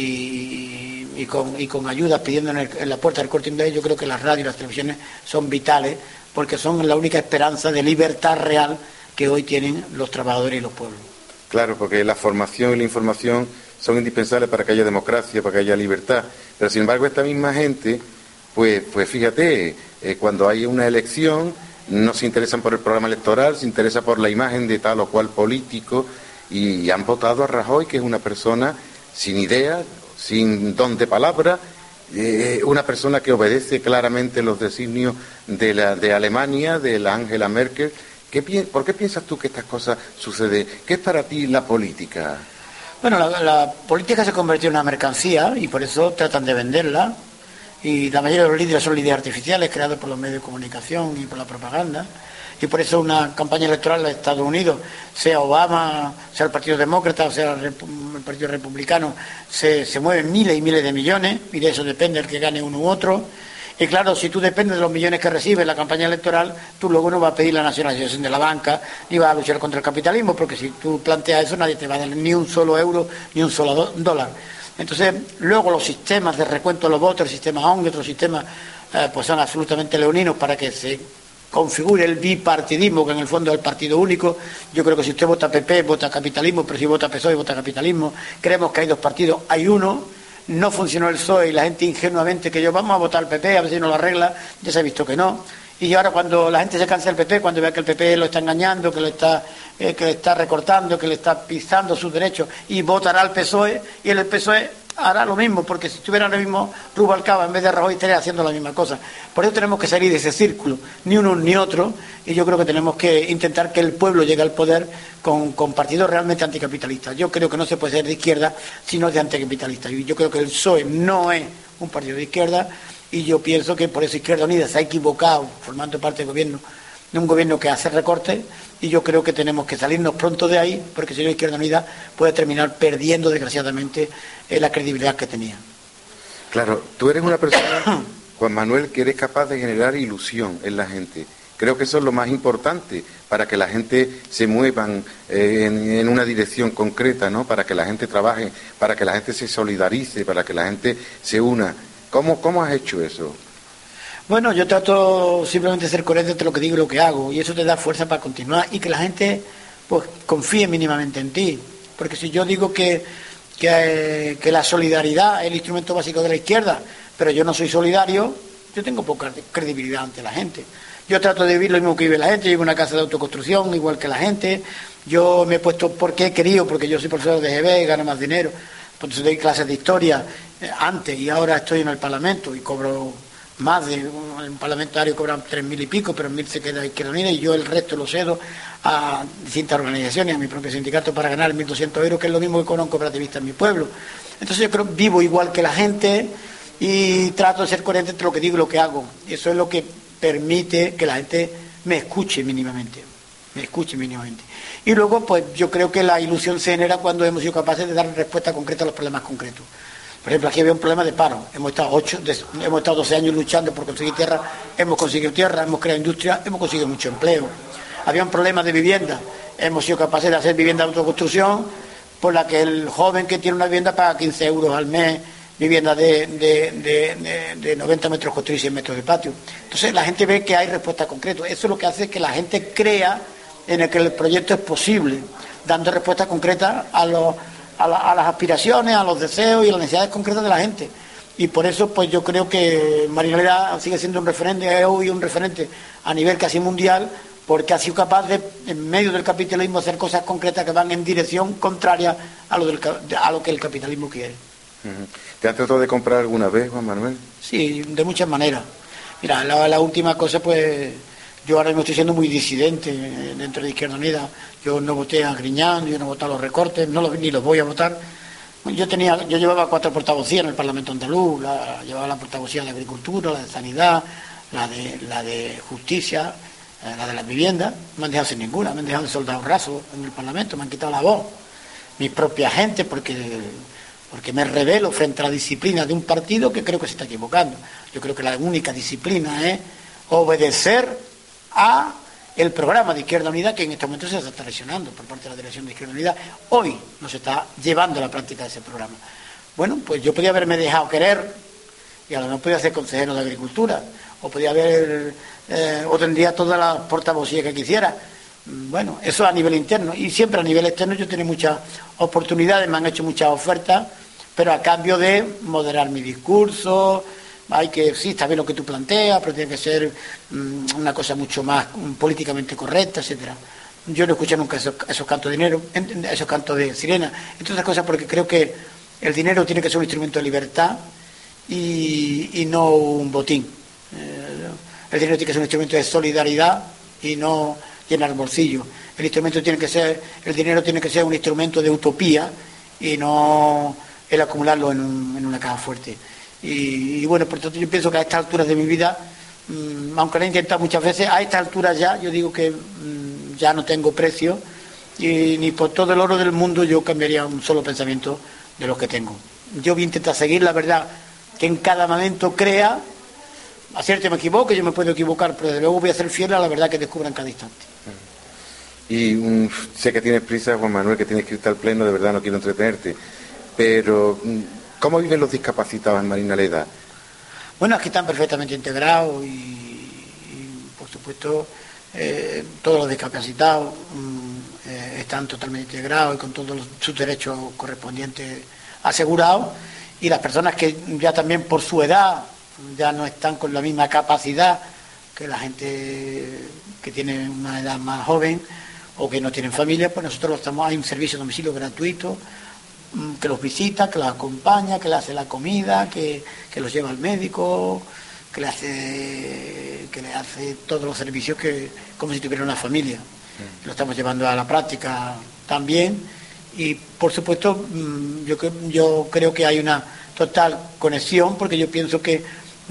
con ayudas pidiendo en la puerta del Corte Inglés, yo creo que las radios y las televisiones son vitales, porque son la única esperanza de libertad real que hoy tienen los trabajadores y los pueblos. Claro, porque la formación y la información son indispensables para que haya democracia, para que haya libertad. Pero sin embargo esta misma gente, pues fíjate, cuando hay una elección no se interesan por el programa electoral, se interesa por la imagen de tal o cual político, y han votado a Rajoy, que es una persona sin idea, sin don de palabra, una persona que obedece claramente los designios de Alemania, de la Angela Merkel. ¿Por qué piensas tú que estas cosas suceden? ¿Qué es para ti la política? Bueno, la política se convirtió en una mercancía, y por eso tratan de venderla. Y la mayoría de los líderes son líderes artificiales creados por los medios de comunicación y por la propaganda, y por eso una campaña electoral de Estados Unidos, sea Obama, sea el Partido Demócrata, o sea el Partido Republicano, se mueven miles y miles de millones, y de eso depende el que gane uno u otro. Y claro, si tú dependes de los millones que recibes en la campaña electoral, tú luego no vas a pedir la nacionalización de la banca, ni vas a luchar contra el capitalismo, porque si tú planteas eso nadie te va a dar ni un solo euro, ni un solo dólar. Entonces, luego los sistemas de recuento de los votos, el sistema ONG, otros sistemas, pues son absolutamente leoninos para que se configure el bipartidismo, que en el fondo es el partido único. Yo creo que si usted vota PP, vota capitalismo, pero si vota PSOE, vota capitalismo. Creemos que hay dos partidos, hay uno. No funcionó el PSOE y la gente ingenuamente que vamos a votar al PP, a ver si nos lo arregla, ya se ha visto que no. Y ahora cuando la gente se cansa del PP, cuando vea que el PP lo está engañando, que le está recortando, que le está pisando sus derechos, y votará al PSOE, y el PSOE hará lo mismo, porque si estuviera ahora mismo Rubalcaba en vez de Rajoy estaría haciendo la misma cosa. Por eso tenemos que salir de ese círculo, ni uno ni otro, y yo creo que tenemos que intentar que el pueblo llegue al poder con partidos realmente anticapitalistas. Yo creo que no se puede ser de izquierda si no es de anticapitalista, y yo creo que el PSOE no es un partido de izquierda, y yo pienso que por eso Izquierda Unida se ha equivocado formando parte del gobierno, de un gobierno que hace recortes, y yo creo que tenemos que salirnos pronto de ahí, porque si no Izquierda Unida puede terminar perdiendo desgraciadamente la credibilidad que tenía. Claro, tú eres una persona, Juan Manuel, que eres capaz de generar ilusión en la gente. Creo que eso es lo más importante para que la gente se muevan en una dirección concreta, ¿no? Para que la gente trabaje, para que la gente se solidarice, para que la gente se una. ¿Cómo has hecho eso? Bueno, yo trato simplemente de ser coherente entre lo que digo y lo que hago, y eso te da fuerza para continuar y que la gente pues confíe mínimamente en ti. Porque si yo digo que la solidaridad es el instrumento básico de la izquierda, pero yo no soy solidario, yo tengo poca credibilidad ante la gente. Yo trato de vivir lo mismo que vive la gente, yo vivo en una casa de autoconstrucción igual que la gente, yo me he puesto porque he querido, porque yo soy profesor de GB, gano más dinero, pues doy clases de historia antes y ahora estoy en el Parlamento y cobro más de un parlamentario, cobran 3.000 y pico, pero 1.000 se queda Izquierda Unida y yo el resto lo cedo a distintas organizaciones, a mi propio sindicato para ganar 1.200 euros, que es lo mismo que cobra un cooperativista en mi pueblo. Entonces yo creo que vivo igual que la gente y trato de ser coherente entre lo que digo y lo que hago. Eso es lo que permite que la gente me escuche mínimamente. Y luego, pues yo creo que la ilusión se genera cuando hemos sido capaces de dar respuesta concreta a los problemas concretos. Por ejemplo, aquí había un problema de paro. Hemos estado 12 años luchando por conseguir tierra, hemos conseguido tierra, hemos creado industria, hemos conseguido mucho empleo. Había un problema de vivienda. Hemos sido capaces de hacer vivienda de autoconstrucción por la que el joven que tiene una vivienda paga 15 euros al mes, vivienda de 90 metros construidos y 100 metros de patio. Entonces la gente ve que hay respuesta concreta. Eso es lo que hace que la gente crea en el que el proyecto es posible, dando respuesta concreta a las aspiraciones, a los deseos y a las necesidades concretas de la gente. Y por eso pues yo creo que Marinaleda sigue siendo un referente, es hoy un referente a nivel casi mundial, porque ha sido capaz de, en medio del capitalismo, hacer cosas concretas que van en dirección contraria a lo que el capitalismo quiere. ¿Te has tratado de comprar alguna vez, Juan Manuel? Sí, de muchas maneras. Mira, la última cosa, pues yo ahora mismo estoy siendo muy disidente dentro de Izquierda Unida. Yo no voté a Griñán, yo no voté a los recortes, ni los voy a votar. Yo llevaba 4 portavocías en el Parlamento andaluz, llevaba la portavocía de Agricultura, la de Sanidad, la de Justicia, la de las viviendas. Me han dejado sin ninguna, me han dejado de soldado raso en el Parlamento, me han quitado la voz. Mi propia gente, porque me rebelo frente a la disciplina de un partido que creo que se está equivocando. Yo creo que la única disciplina es obedecer a el programa de Izquierda Unida, que en este momento se está lesionando por parte de la dirección de Izquierda Unida. Hoy no se está llevando a la práctica de ese programa. Bueno, pues yo podía haberme dejado querer y a lo mejor podía ser consejero de Agricultura, o podía haber, o tendría todas las portavocías que quisiera. Bueno, eso a nivel interno, y siempre a nivel externo yo tengo muchas oportunidades, me han hecho muchas ofertas, pero a cambio de moderar mi discurso. Sí, está bien lo que tú planteas, pero tiene que ser una cosa mucho más políticamente correcta, etcétera. Yo no escuché nunca esos cantos de dinero, esos cantos de sirena, entre otras cosas porque creo que el dinero tiene que ser un instrumento de libertad y no un botín. El dinero tiene que ser un instrumento de solidaridad y no llenar el bolsillo. El dinero tiene que ser un instrumento de utopía y no el acumularlo en una caja fuerte. Y bueno, por tanto yo pienso que a estas alturas de mi vida, aunque lo he intentado muchas veces, a estas alturas ya, yo digo que ya no tengo precio y ni por todo el oro del mundo yo cambiaría un solo pensamiento de los que tengo. Yo voy a intentar seguir la verdad que en cada momento crea, acierte o me equivoque, yo me puedo equivocar, pero desde luego voy a ser fiel a la verdad que descubra en cada instante. Y sé que tienes prisa, Juan Manuel, que tienes que irte al pleno, de verdad no quiero entretenerte, pero ¿cómo viven los discapacitados en Marinaleda? Bueno, aquí están perfectamente integrados y por supuesto, todos los discapacitados están totalmente integrados y con todos sus derechos correspondientes asegurados, y las personas que ya también por su edad ya no están con la misma capacidad que la gente que tiene una edad más joven o que no tienen familia, pues nosotros hay un servicio de domicilio gratuito que los visita, que los acompaña, que le hace la comida, que los lleva al médico, que le hace todos los servicios como si tuviera una familia. Lo estamos llevando a la práctica también y por supuesto yo creo que hay una total conexión, porque yo pienso que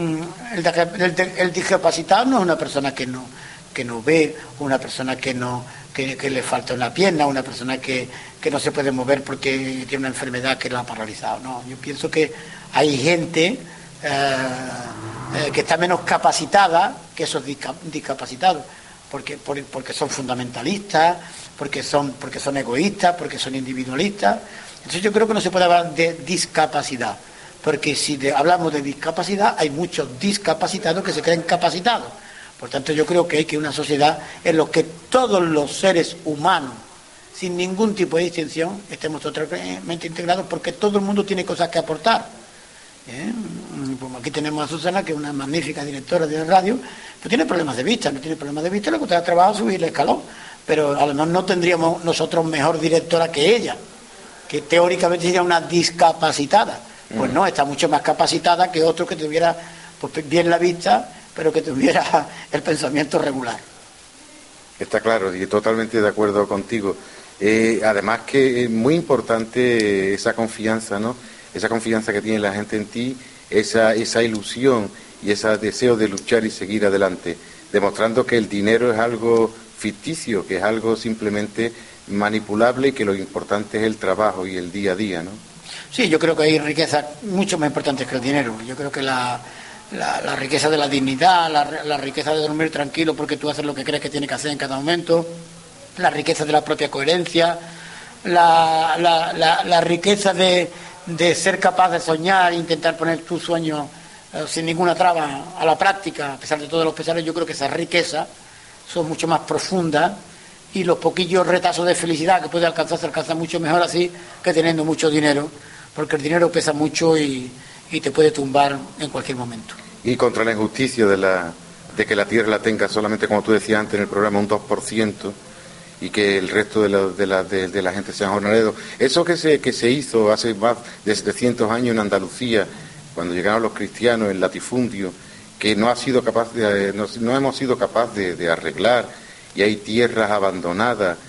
el discapacitado no es una persona que no ve, una persona que le falta una pierna, una persona que no se puede mover porque tiene una enfermedad que lo ha paralizado. No, yo pienso que hay gente que está menos capacitada que esos discapacitados, porque son fundamentalistas, porque son egoístas, porque son individualistas. Entonces yo creo que no se puede hablar de discapacidad, porque si hablamos de discapacidad hay muchos discapacitados que se creen capacitados. Por tanto, yo creo que hay que una sociedad en la que todos los seres humanos, sin ningún tipo de distinción, estemos totalmente integrados, porque todo el mundo tiene cosas que aportar. Pues aquí tenemos a Susana, que es una magnífica directora de radio, pues tiene problemas de vista, lo que está trabajando es subir el escalón, pero a lo mejor no tendríamos nosotros mejor directora que ella, que teóricamente sería una discapacitada. Pues no, está mucho más capacitada que otro que tuviera pues, bien la vista, pero que tuviera el pensamiento regular. Está claro, y totalmente de acuerdo contigo. Además que es muy importante esa confianza, ¿no? Esa confianza que tiene la gente en ti, esa ilusión y ese deseo de luchar y seguir adelante, demostrando que el dinero es algo ficticio, que es algo simplemente manipulable y que lo importante es el trabajo y el día a día, ¿no? Sí, yo creo que hay riquezas mucho más importantes que el dinero. Yo creo que la riqueza de la dignidad, la riqueza de dormir tranquilo porque tú haces lo que crees que tienes que hacer en cada momento, la riqueza de la propia coherencia, la riqueza de ser capaz de soñar e intentar poner tus sueños sin ninguna traba a la práctica, a pesar de todos los pesares. Yo creo que esas riquezas son mucho más profundas y los poquillos retazos de felicidad que puede alcanzar se alcanzan mucho mejor así que teniendo mucho dinero, porque el dinero pesa mucho y te puede tumbar en cualquier momento. Y contra la injusticia de que la tierra la tenga solamente, como tú decías antes en el programa, un 2%, y que el resto de la gente sean jornaleros. Eso que se hizo hace más de 700 años en Andalucía, cuando llegaron los cristianos, el latifundio, que no hemos sido capaces de arreglar, y hay tierras abandonadas.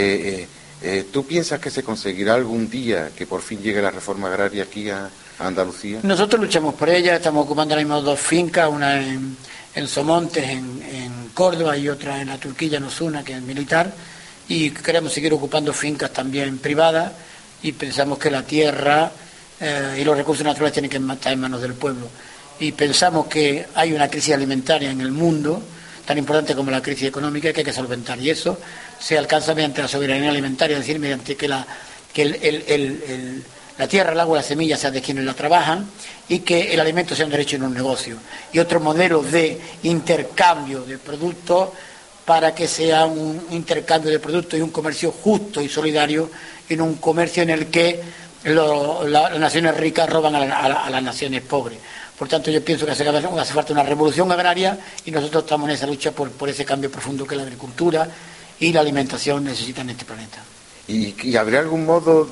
¿Tú piensas que se conseguirá algún día que por fin llegue la reforma agraria aquí a Andalucía? Nosotros luchamos por ella, estamos ocupando ahora mismo 2 fincas, una en Somontes, en Córdoba, y otra en la Turquilla, en Osuna, que es militar, y queremos seguir ocupando fincas también privadas, y pensamos que la tierra y los recursos naturales tienen que estar en manos del pueblo. Y pensamos que hay una crisis alimentaria en el mundo, tan importante como la crisis económica, que hay que solventar, y eso se alcanza mediante la soberanía alimentaria, es decir, mediante que la tierra, el agua, la semilla sea de quienes la trabajan, y que el alimento sea un derecho y no un negocio, y otro modelo de intercambio de productos para que sea un intercambio de productos y un comercio justo y solidario, y no un comercio en el que las naciones ricas roban a las naciones pobres. Por tanto, yo pienso que hace falta una revolución agraria, y nosotros estamos en esa lucha por ese cambio profundo que la agricultura y la alimentación necesitan en este planeta. ¿Y habría algún modo,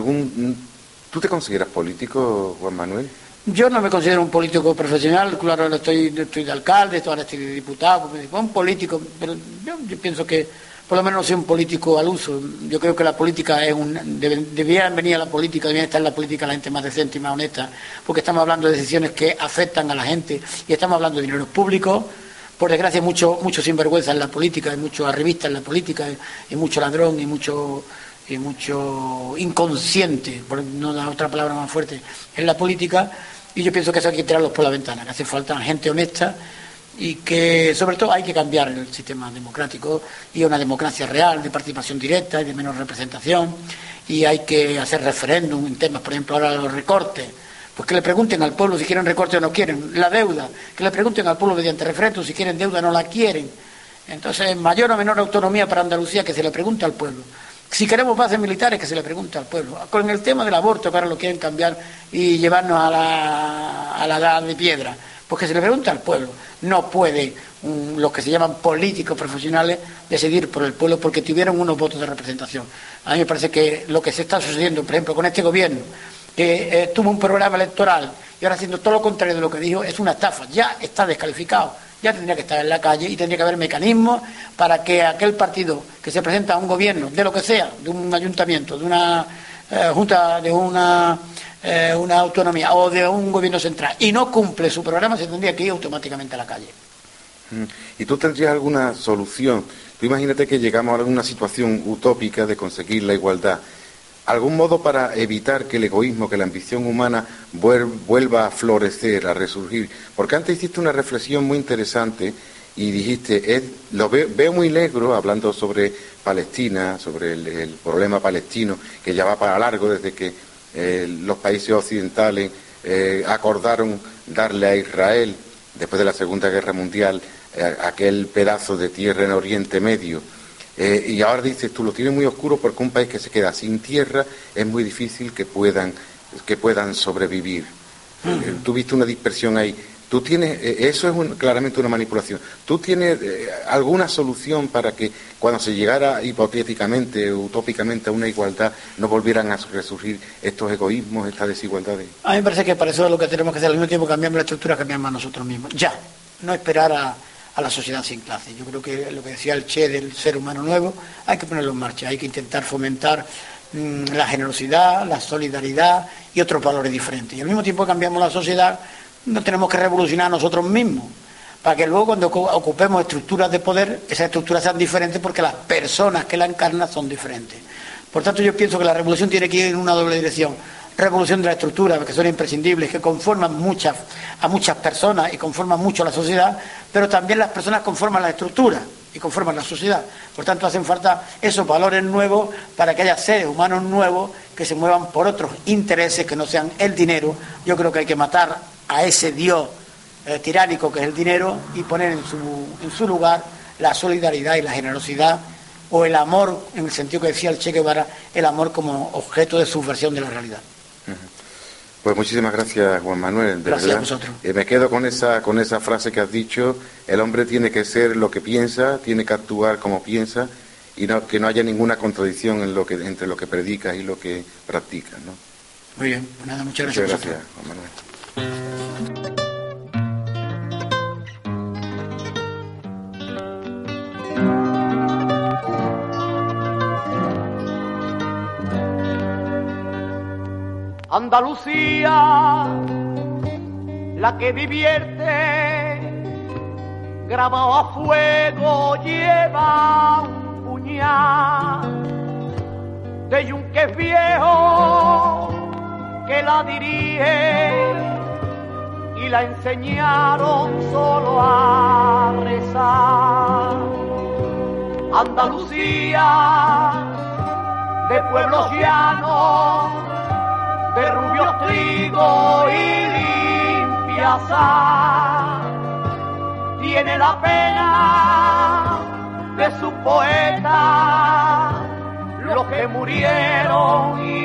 tú te consideras político, Juan Manuel? Yo no me considero un político profesional, claro, estoy de alcalde, ahora estoy de diputado, un político, pero yo pienso que por lo menos no soy un político al uso. Yo creo que la política debieran venir a la política, debieran estar en la política la gente más decente y más honesta, porque estamos hablando de decisiones que afectan a la gente y estamos hablando de dinero público. Por desgracia, mucho sinvergüenza en la política, hay mucho arribista en la política, y mucho ladrón y mucho inconsciente, por no dar otra palabra más fuerte, en la política, y yo pienso que eso hay que tirarlos por la ventana, que hace falta gente honesta, y que sobre todo hay que cambiar el sistema democrático y una democracia real, de participación directa y de menos representación, y hay que hacer referéndum en temas, por ejemplo, ahora los recortes, pues que le pregunten al pueblo si quieren recortes o no quieren, la deuda, que le pregunten al pueblo mediante referéndum si quieren deuda o no la quieren. Entonces, mayor o menor autonomía para Andalucía, que se le pregunte al pueblo. Si queremos bases militares, que se le pregunte al pueblo. Con el tema del aborto, que ahora lo quieren cambiar y llevarnos a la edad de piedra, Pues que se le pregunte al pueblo. No puede los que se llaman políticos profesionales decidir por el pueblo porque tuvieron unos votos de representación. A mí me parece que lo que se está sucediendo, por ejemplo, con este gobierno, que tuvo un programa electoral y ahora haciendo todo lo contrario de lo que dijo, es una estafa. Ya está descalificado, ya tendría que estar en la calle y tendría que haber mecanismos para que aquel partido que se presenta a un gobierno, de lo que sea, de un ayuntamiento, de una junta, de una autonomía o de un gobierno central y no cumple su programa, se tendría que ir automáticamente a la calle. ¿Y tú tendrías alguna solución? Tú imagínate que llegamos a alguna situación utópica de conseguir la igualdad. ¿Algún modo para evitar que el egoísmo, que la ambición humana vuelva a florecer, a resurgir? Porque antes hiciste una reflexión muy interesante y dijiste, lo veo muy negro, hablando sobre Palestina, sobre el problema palestino, que ya va para largo desde que los países occidentales acordaron darle a Israel, después de la Segunda Guerra Mundial, aquel pedazo de tierra en Oriente Medio. Y ahora dices, tú lo tienes muy oscuro porque un país que se queda sin tierra es muy difícil que puedan sobrevivir. Tú viste una dispersión ahí. Tú tienes, eso es claramente una manipulación. ¿Tú tienes alguna solución para que cuando se llegara hipotéticamente, utópicamente a una igualdad, no volvieran a resurgir estos egoísmos, estas desigualdades? A mí me parece que para eso es lo que tenemos que hacer. Al mismo tiempo cambiamos la estructura, cambiamos a nosotros mismos. Ya, no esperar a la sociedad sin clase. Yo creo que lo que decía el Che del ser humano nuevo, hay que ponerlo en marcha, hay que intentar fomentar la generosidad, la solidaridad y otros valores diferentes. Y al mismo tiempo cambiamos la sociedad, no tenemos que revolucionar a nosotros mismos, para que luego cuando ocupemos estructuras de poder, esas estructuras sean diferentes porque las personas que la encarnan son diferentes. Por tanto, yo pienso que la revolución tiene que ir en una doble dirección. Revolución de la estructura, que son imprescindibles, que conforman a muchas personas y conforman mucho a la sociedad, pero también las personas conforman la estructura y conforman la sociedad. Por tanto, hacen falta esos valores nuevos para que haya seres humanos nuevos que se muevan por otros intereses que no sean el dinero. Yo creo que hay que matar a ese Dios tiránico que es el dinero y poner en su lugar la solidaridad y la generosidad, o el amor, en el sentido que decía el Che Guevara, el amor como objeto de subversión de la realidad. Pues muchísimas gracias, Juan Manuel. Gracias verdad. A vosotros. Me quedo con esa frase que has dicho: el hombre tiene que ser lo que piensa, tiene que actuar como piensa, y que no haya ninguna contradicción entre lo que predicas y lo que practicas, ¿no? Muy bien, pues nada, muchas gracias. Muchas gracias, Juan Manuel. Andalucía, la que divierte, grabado a fuego lleva un puñal de yunques viejo que la dirige y la enseñaron solo a rezar. Andalucía, de pueblos llanos, de rubios trigo y limpia sal, tiene la pena de sus poetas, los que murieron y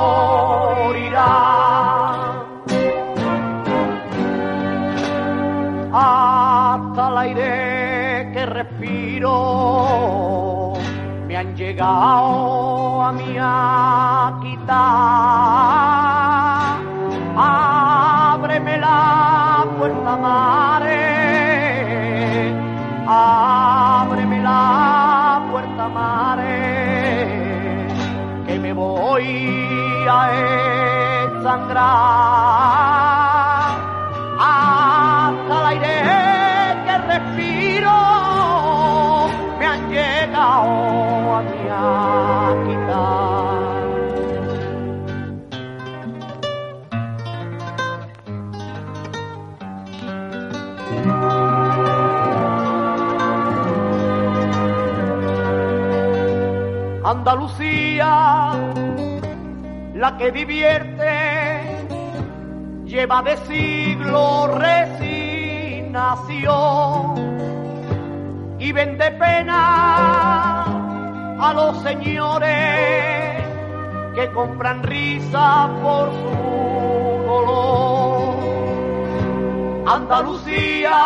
morirán. Hasta el aire que respiro me han llegado a mí a quitar. Ábreme la puerta, mare, ábreme la puerta, mare, que me voy a ensangrar. Hasta el aire que respiro me han llegado a mí a quitar. Andalucía, la que divierte, lleva de siglo resignación y vende pena a los señores que compran risa por su dolor. Andalucía,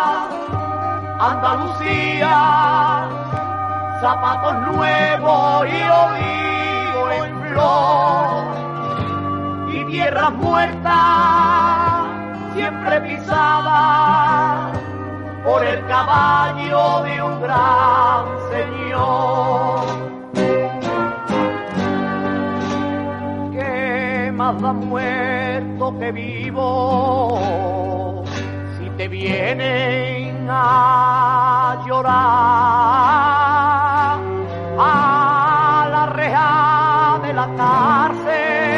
Andalucía, zapatos nuevos y olivo en flor, y tierras muertas siempre pisadas por el caballo de un gran señor. ¿Qué más da muerto que vivo si te vienen a llorar a la reja de la cárcel,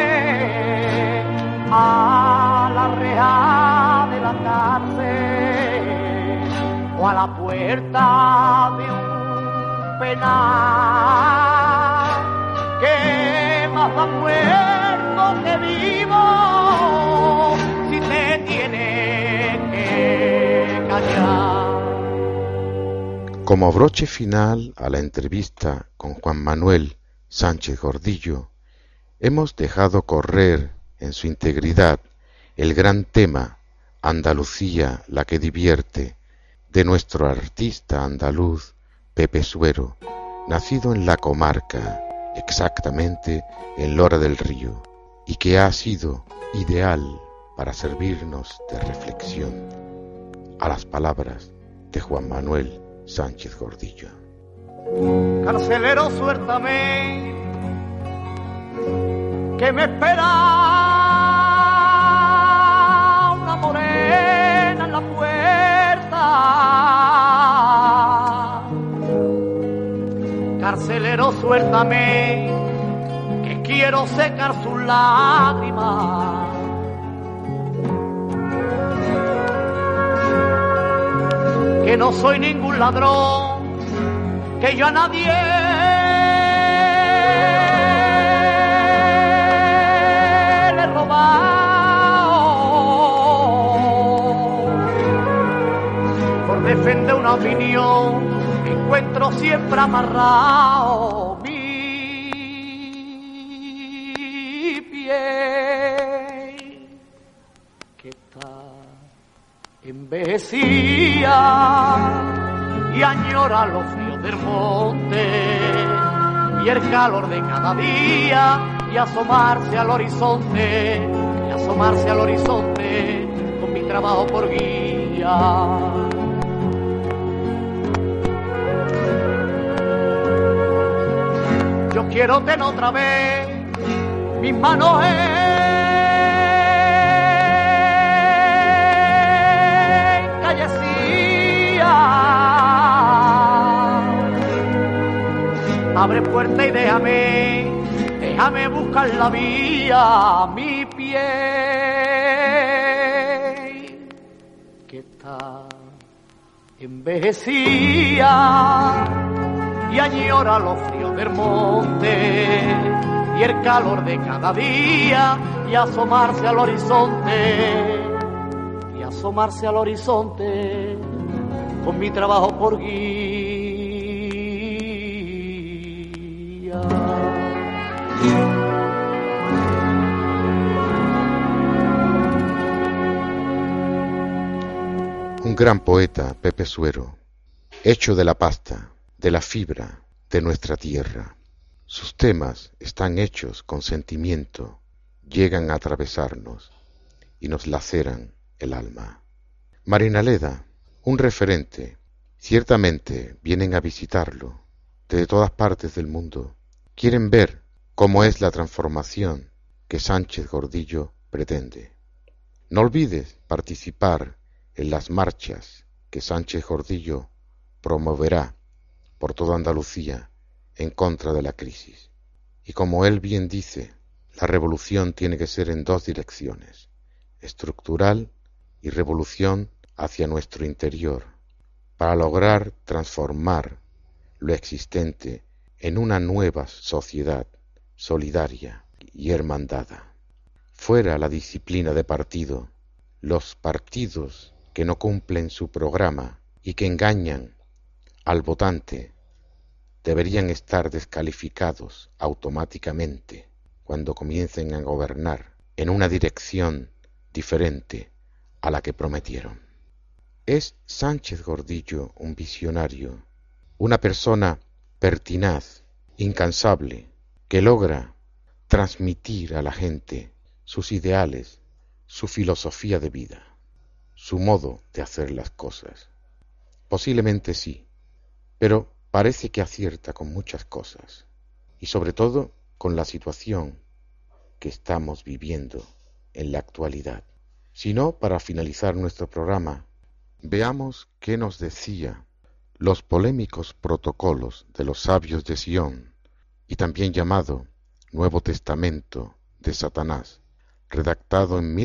a la reja de la cárcel, o a la puerta de un penal? ¿Qué más da muerto que vivo si te tienes que callar? Como broche final a la entrevista con Juan Manuel Sánchez Gordillo, hemos dejado correr en su integridad el gran tema Andalucía, la que divierte, de nuestro artista andaluz Pepe Suero, nacido en la comarca, exactamente en Lora del Río, y que ha sido ideal para servirnos de reflexión a las palabras de Juan Manuel Sánchez Gordillo. Carcelero, suéltame, que me espera una morena en la puerta. Carcelero, suéltame, que quiero secar sus lágrimas. Que no soy ningún ladrón, que yo a nadie le he robado. Por defender una opinión me encuentro siempre amarrado. Mi piel que está envejecía y añora los fríos del monte y el calor de cada día, y asomarse al horizonte, con mi trabajo por guía. Yo quiero tener otra vez mis manos abre puerta y déjame buscar la vía. Mi piel que está envejecía y añora los fríos del monte y el calor de cada día, y asomarse al horizonte, con mi trabajo por guía. Un gran poeta, Pepe Suero, hecho de la pasta, de la fibra de nuestra tierra. Sus temas están hechos con sentimiento, llegan a atravesarnos y nos laceran el alma. Marinaleda, un referente, ciertamente vienen a visitarlo desde todas partes del mundo. Quieren ver cómo es la transformación que Sánchez Gordillo pretende. No olvides participar en las marchas que Sánchez Gordillo promoverá por toda Andalucía en contra de la crisis. Y como él bien dice, la revolución tiene que ser en dos direcciones, estructural y revolución hacia nuestro interior, para lograr transformar lo existente en una nueva sociedad solidaria y hermandada. Fuera la disciplina de partido, los partidos que no cumplen su programa y que engañan al votante deberían estar descalificados automáticamente cuando comiencen a gobernar en una dirección diferente a la que prometieron. ¿Es Sánchez Gordillo un visionario, una persona pertinaz, incansable, que logra transmitir a la gente sus ideales, su filosofía de vida, su modo de hacer las cosas? Posiblemente sí, pero parece que acierta con muchas cosas, y sobre todo con la situación que estamos viviendo en la actualidad. Si no, para finalizar nuestro programa, veamos qué nos decía los polémicos protocolos de los sabios de Sion, y también llamado Nuevo Testamento de Satanás, redactado en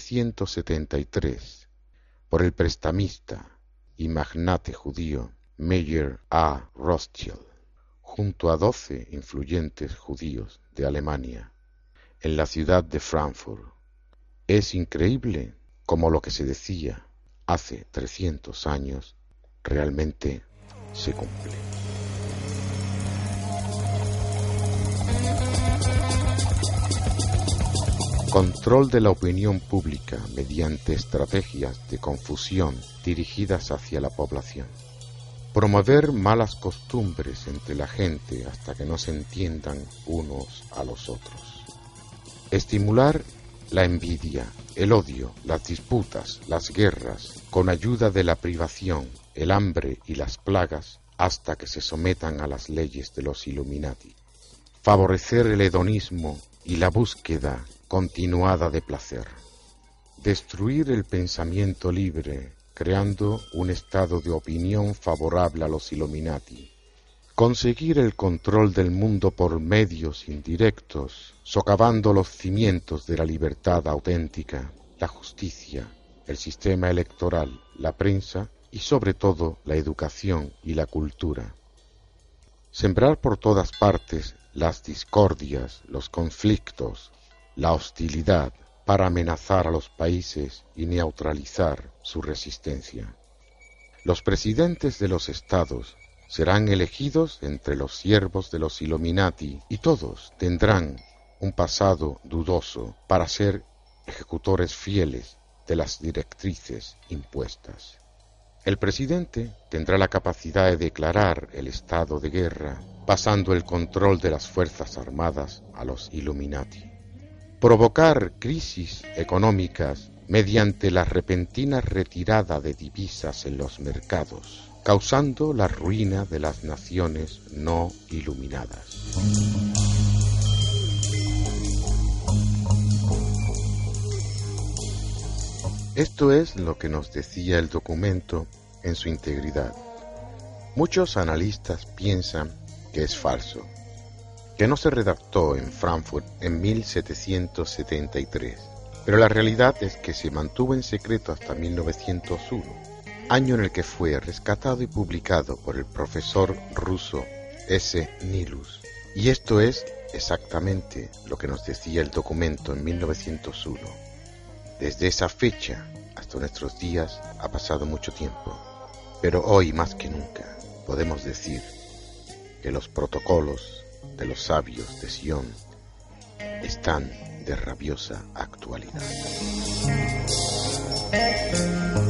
1773 por el prestamista y magnate judío Meyer A. Rothschild, junto a 12 influyentes judíos de Alemania, en la ciudad de Frankfurt. Es increíble cómo lo que se decía hace 300 años realmente se cumple. Control de la opinión pública mediante estrategias de confusión dirigidas hacia la población. Promover malas costumbres entre la gente hasta que no se entiendan unos a los otros. Estimular la envidia, el odio, las disputas, las guerras, con ayuda de la privación, el hambre y las plagas, hasta que se sometan a las leyes de los Illuminati. Favorecer el hedonismo y la búsqueda continuada de placer. Destruir el pensamiento libre, creando un estado de opinión favorable a los Illuminati. Conseguir el control del mundo por medios indirectos, socavando los cimientos de la libertad auténtica, la justicia, el sistema electoral, la prensa y sobre todo la educación y la cultura. Sembrar por todas partes las discordias, los conflictos, la hostilidad para amenazar a los países y neutralizar su resistencia. Los presidentes de los estados serán elegidos entre los siervos de los Illuminati y todos tendrán un pasado dudoso para ser ejecutores fieles de las directrices impuestas. El presidente tendrá la capacidad de declarar el estado de guerra, pasando el control de las fuerzas armadas a los Illuminati. Provocar crisis económicas mediante la repentina retirada de divisas en los mercados, causando la ruina de las naciones no iluminadas. Esto es lo que nos decía el documento en su integridad. Muchos analistas piensan que es falso, que no se redactó en Frankfurt en 1773, pero la realidad es que se mantuvo en secreto hasta 1901, año en el que fue rescatado y publicado por el profesor ruso S. Nilus. Y esto es exactamente lo que nos decía el documento en 1901. Desde esa fecha hasta nuestros días ha pasado mucho tiempo, pero hoy más que nunca podemos decir que los protocolos de los sabios de Sion están de rabiosa actualidad.